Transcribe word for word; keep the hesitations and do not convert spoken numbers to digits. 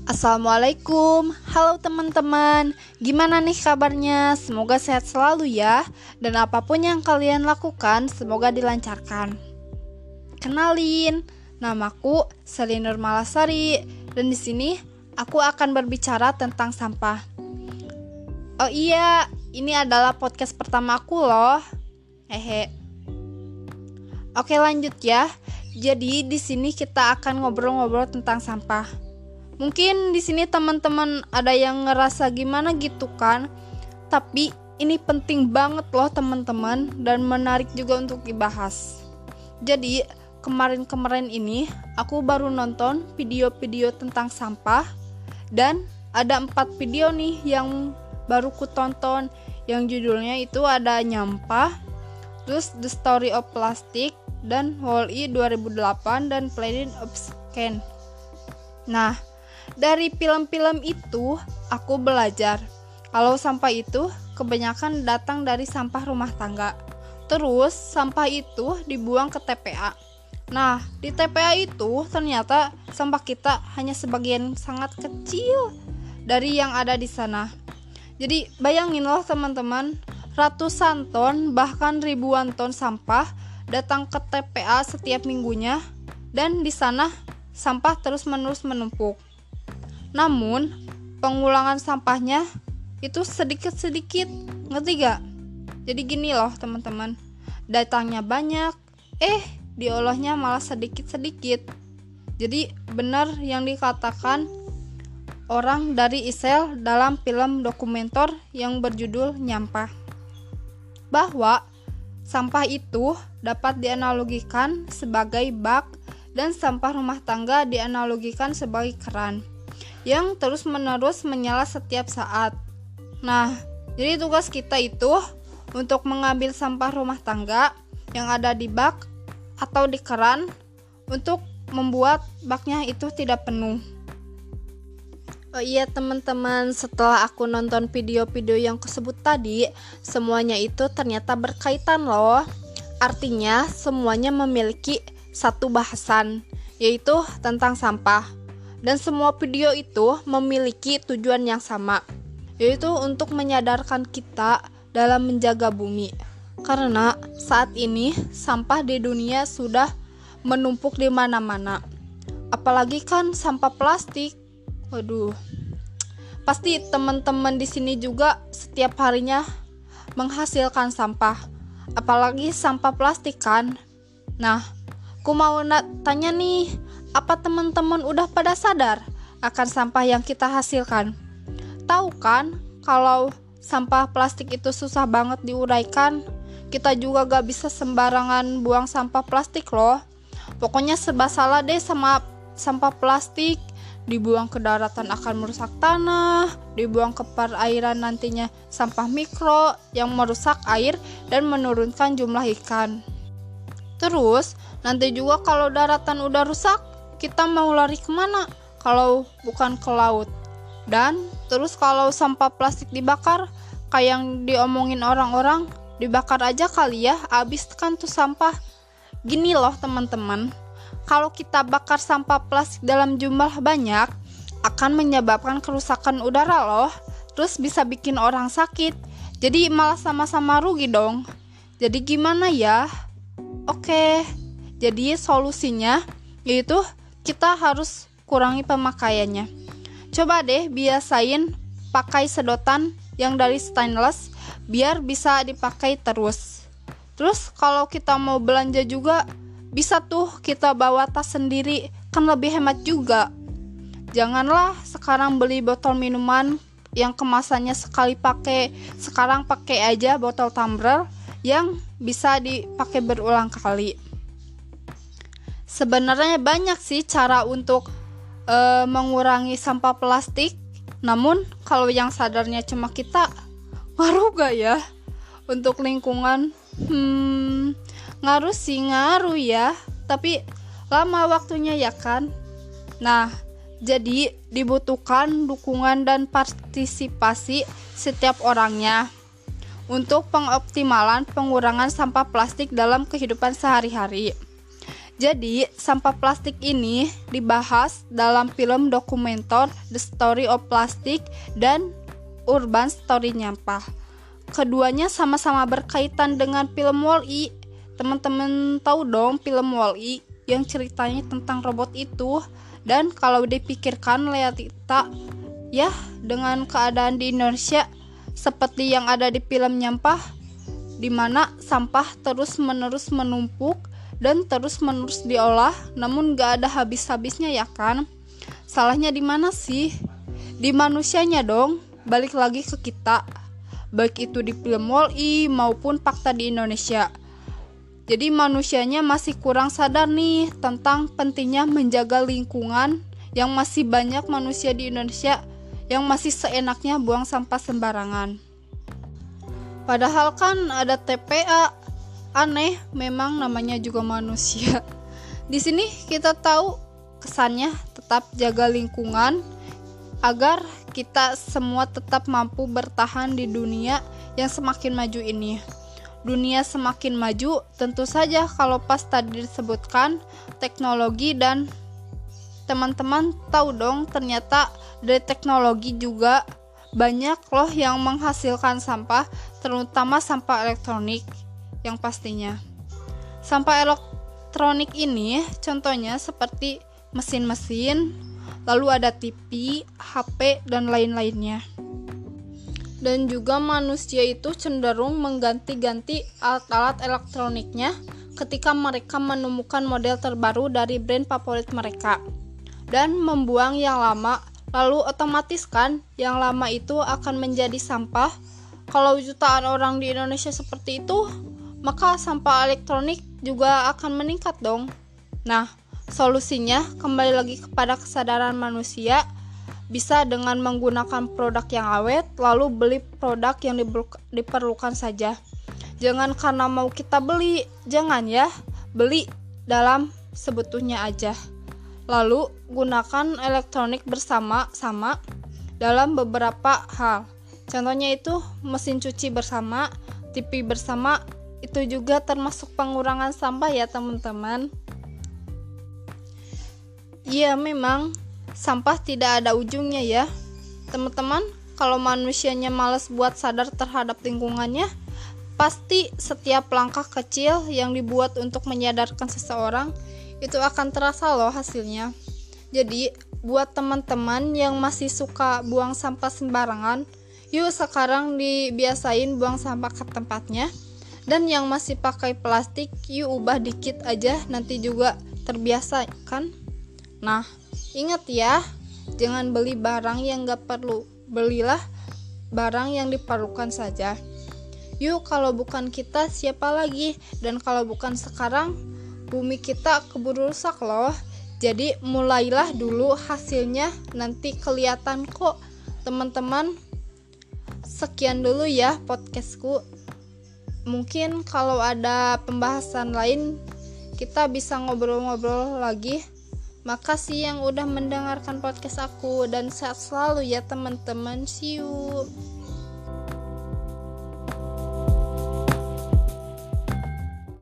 Assalamualaikum, halo teman-teman. Gimana nih kabarnya? Semoga sehat selalu ya. Dan apapun yang kalian lakukan, semoga dilancarkan. Kenalin, namaku Sally Nurmalasari. Dan di sini aku akan berbicara tentang sampah. Oh iya, ini adalah podcast pertama aku loh. Hehe. Oke lanjut ya. Jadi di sini kita akan ngobrol-ngobrol tentang sampah. Mungkin di sini teman-teman ada yang ngerasa gimana gitu kan? Tapi ini penting banget loh teman-teman dan menarik juga untuk dibahas. Jadi kemarin-kemarin ini aku baru nonton video-video tentang sampah dan ada empat video nih yang baru ku tonton yang judulnya itu ada Nyampah, terus The Story of Plastic dan Wall-E dua ribu delapan dan Planet of Scan. Nah, dari film-film itu aku belajar kalau sampah itu kebanyakan datang dari sampah rumah tangga. Terus sampah itu dibuang ke T P A. Nah, di T P A itu ternyata sampah kita hanya sebagian sangat kecil dari yang ada di sana. Jadi bayangin loh teman-teman, ratusan ton bahkan ribuan ton sampah datang ke T P A setiap minggunya dan di sana sampah terus-menerus menumpuk. Namun, pengulangan sampahnya itu sedikit-sedikit, ngerti gak? Jadi gini loh teman-teman, datangnya banyak, eh diolahnya malah sedikit-sedikit. Jadi benar yang dikatakan orang dari Israel dalam film dokumenter yang berjudul Nyampah, bahwa sampah itu dapat dianalogikan sebagai bak dan sampah rumah tangga dianalogikan sebagai keran yang terus-menerus menyala setiap saat. Nah, jadi tugas kita itu untuk mengambil sampah rumah tangga yang ada di bak atau di keran untuk membuat baknya itu tidak penuh. Oh iya teman-teman, setelah aku nonton video-video yang tersebut tadi, semuanya itu ternyata berkaitan loh. Artinya semuanya memiliki satu bahasan, yaitu tentang sampah. Dan semua video itu memiliki tujuan yang sama, yaitu untuk menyadarkan kita dalam menjaga bumi. Karena saat ini sampah di dunia sudah menumpuk di mana-mana. Apalagi kan sampah plastik. Waduh. Pasti teman-teman di sini juga setiap harinya menghasilkan sampah. Apalagi sampah plastik kan. Nah, aku mau na- tanya nih, apa teman-teman udah pada sadar akan sampah yang kita hasilkan? Tahu kan kalau sampah plastik itu susah banget diuraikan. Kita juga gak bisa sembarangan buang sampah plastik loh. Pokoknya serba salah deh sama sampah plastik. Dibuang ke daratan akan merusak tanah, dibuang ke perairan nantinya sampah mikro yang merusak air dan menurunkan jumlah ikan. Terus nanti juga kalau daratan udah rusak, kita mau lari kemana kalau bukan ke laut? Dan terus kalau sampah plastik dibakar, kayak yang diomongin orang-orang, dibakar aja kali ya, habis kan tuh sampah. Gini loh teman-teman, kalau kita bakar sampah plastik dalam jumlah banyak, akan menyebabkan kerusakan udara loh. Terus bisa bikin orang sakit, jadi malah sama-sama rugi dong. Jadi gimana ya? Oke, jadi solusinya yaitu kita harus kurangi pemakaiannya. Coba deh biasain pakai sedotan yang dari stainless biar bisa dipakai terus. Terus kalau kita mau belanja juga bisa tuh kita bawa tas sendiri, kan lebih hemat juga. Janganlah sekarang beli botol minuman yang kemasannya sekali pakai, sekarang pakai aja botol tumbler yang bisa dipakai berulang kali. Sebenarnya banyak sih cara untuk e, mengurangi sampah plastik. Namun kalau yang sadarnya cuma kita, ngaruh gak ya untuk lingkungan? Hmm, ngaruh sih ngaruh ya, tapi lama waktunya ya kan. Nah, jadi dibutuhkan dukungan dan partisipasi setiap orangnya untuk pengoptimalan pengurangan sampah plastik dalam kehidupan sehari-hari. Jadi, sampah plastik ini dibahas dalam film dokumenter The Story of Plastic dan Urban Story Nyampah. Keduanya sama-sama berkaitan dengan film Wall-E. Teman-teman tahu dong film Wall-E yang ceritanya tentang robot itu. Dan kalau dipikirkan realita, ya dengan keadaan di Indonesia seperti yang ada di film Nyampah, di mana sampah terus-menerus menumpuk dan terus-menerus diolah, namun gak ada habis-habisnya ya kan? Salahnya di mana sih? Di manusianya dong. Balik lagi ke kita, baik itu di film Wall-E maupun fakta di Indonesia. Jadi manusianya masih kurang sadar nih tentang pentingnya menjaga lingkungan, yang masih banyak manusia di Indonesia yang masih seenaknya buang sampah sembarangan. Padahal kan ada T P A. Aneh, memang namanya juga manusia. Di sini kita tahu kesannya tetap jaga lingkungan agar kita semua tetap mampu bertahan di dunia yang semakin maju ini. Dunia semakin maju, tentu saja kalau pas tadi disebutkan teknologi, dan teman-teman tahu dong ternyata dari teknologi juga banyak loh yang menghasilkan sampah, terutama sampah elektronik. Yang pastinya sampah elektronik ini contohnya seperti mesin-mesin, lalu ada T V, H P, dan lain-lainnya. Dan juga manusia itu cenderung mengganti-ganti alat-alat elektroniknya ketika mereka menemukan model terbaru dari brand favorit mereka dan membuang yang lama, lalu otomatis kan yang lama itu akan menjadi sampah. Kalau jutaan orang di Indonesia seperti itu, maka sampah elektronik juga akan meningkat dong. Nah, solusinya kembali lagi kepada kesadaran manusia, bisa dengan menggunakan produk yang awet, lalu beli produk yang diperlukan saja. Jangan karena mau kita beli, jangan ya, beli dalam sebutuhnya aja. Lalu gunakan elektronik bersama-sama dalam beberapa hal. Contohnya itu mesin cuci bersama, T V bersama. Itu juga termasuk pengurangan sampah ya teman-teman. Iya, memang sampah tidak ada ujungnya ya teman-teman. Kalau manusianya malas buat sadar terhadap lingkungannya, pasti setiap langkah kecil yang dibuat untuk menyadarkan seseorang itu akan terasa loh hasilnya. Jadi buat teman-teman yang masih suka buang sampah sembarangan, yuk sekarang dibiasain buang sampah ke tempatnya. Dan yang masih pakai plastik, yuk ubah dikit aja, nanti juga terbiasa kan. Nah, ingat ya, jangan beli barang yang gak perlu, belilah barang yang diperlukan saja. Yuk, kalau bukan kita siapa lagi? Dan kalau bukan sekarang, bumi kita keburu rusak loh. Jadi mulailah dulu, hasilnya nanti kelihatan kok teman-teman. Sekian dulu ya podcastku. Mungkin kalau ada pembahasan lain kita bisa ngobrol-ngobrol lagi. Makasih yang udah mendengarkan podcast aku, dan sehat selalu ya teman-teman. See you.